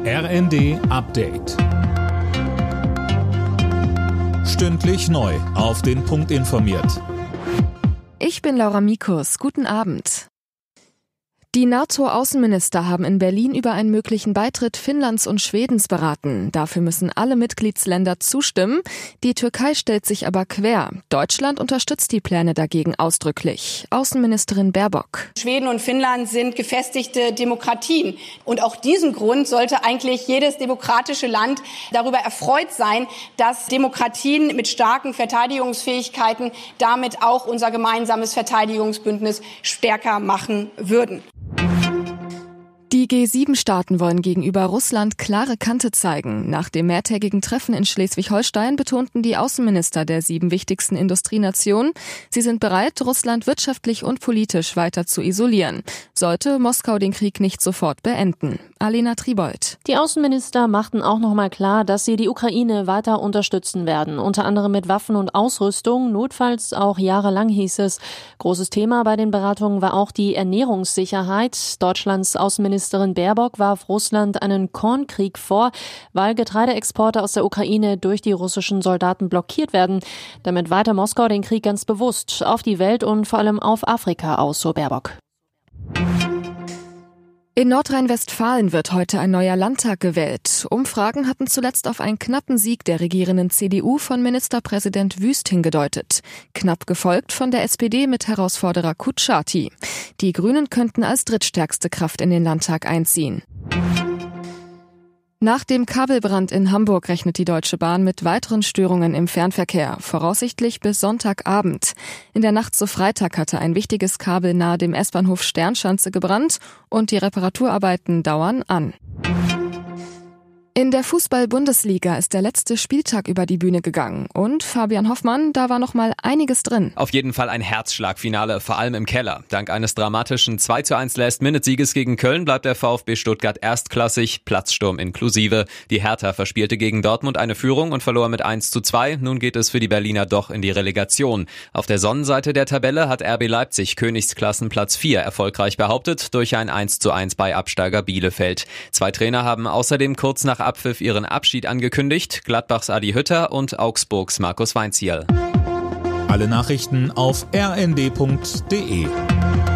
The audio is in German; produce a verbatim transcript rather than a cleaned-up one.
R N D Update. Stündlich neu auf den Punkt informiert. Ich bin Laura Mikus. Guten Abend. Die NATO-Außenminister haben in Berlin über einen möglichen Beitritt Finnlands und Schwedens beraten. Dafür müssen alle Mitgliedsländer zustimmen. Die Türkei stellt sich aber quer. Deutschland unterstützt die Pläne dagegen ausdrücklich. Außenministerin Baerbock. Schweden und Finnland sind gefestigte Demokratien. Und auch diesem Grund sollte eigentlich jedes demokratische Land darüber erfreut sein, dass Demokratien mit starken Verteidigungsfähigkeiten damit auch unser gemeinsames Verteidigungsbündnis stärker machen würden. Die G sieben Staaten wollen gegenüber Russland klare Kante zeigen. Nach dem mehrtägigen Treffen in Schleswig-Holstein betonten die Außenminister der sieben wichtigsten Industrienationen, sie sind bereit, Russland wirtschaftlich und politisch weiter zu isolieren. Sollte Moskau den Krieg nicht sofort beenden. Alena Tribold. Die Außenminister machten auch noch mal klar, dass sie die Ukraine weiter unterstützen werden. Unter anderem mit Waffen und Ausrüstung, notfalls auch jahrelang, hieß es. Großes Thema bei den Beratungen war auch die Ernährungssicherheit. Deutschlands Außenministerin Baerbock warf Russland einen Kornkrieg vor, weil Getreideexporte aus der Ukraine durch die russischen Soldaten blockiert werden. Damit weiter Moskau den Krieg ganz bewusst auf die Welt und vor allem auf Afrika aus, so Baerbock. In Nordrhein-Westfalen wird heute ein neuer Landtag gewählt. Umfragen hatten zuletzt auf einen knappen Sieg der regierenden C D U von Ministerpräsident Wüst hingedeutet. Knapp gefolgt von der S P D mit Herausforderer Kutschaty. Die Grünen könnten als drittstärkste Kraft in den Landtag einziehen. Nach dem Kabelbrand in Hamburg rechnet die Deutsche Bahn mit weiteren Störungen im Fernverkehr, voraussichtlich bis Sonntagabend. In der Nacht zu Freitag hatte ein wichtiges Kabel nahe dem S-Bahnhof Sternschanze gebrannt und die Reparaturarbeiten dauern an. In der Fußball-Bundesliga ist der letzte Spieltag über die Bühne gegangen. Und Fabian Hoffmann, da war noch mal einiges drin. Auf jeden Fall ein Herzschlagfinale, vor allem im Keller. Dank eines dramatischen zwei zu eins Last-Minute-Sieges gegen Köln bleibt der VfB Stuttgart erstklassig, Platzsturm inklusive. Die Hertha verspielte gegen Dortmund eine Führung und verlor mit eins zu zwei. Nun geht es für die Berliner doch in die Relegation. Auf der Sonnenseite der Tabelle hat R B Leipzig Königsklassenplatz vier erfolgreich behauptet durch ein eins zu eins bei Absteiger Bielefeld. Zwei Trainer haben außerdem kurz nach Abpfiff ihren Abschied angekündigt, Gladbachs Adi Hütter und Augsburgs Markus Weinzierl. Alle Nachrichten auf r n d punkt d e.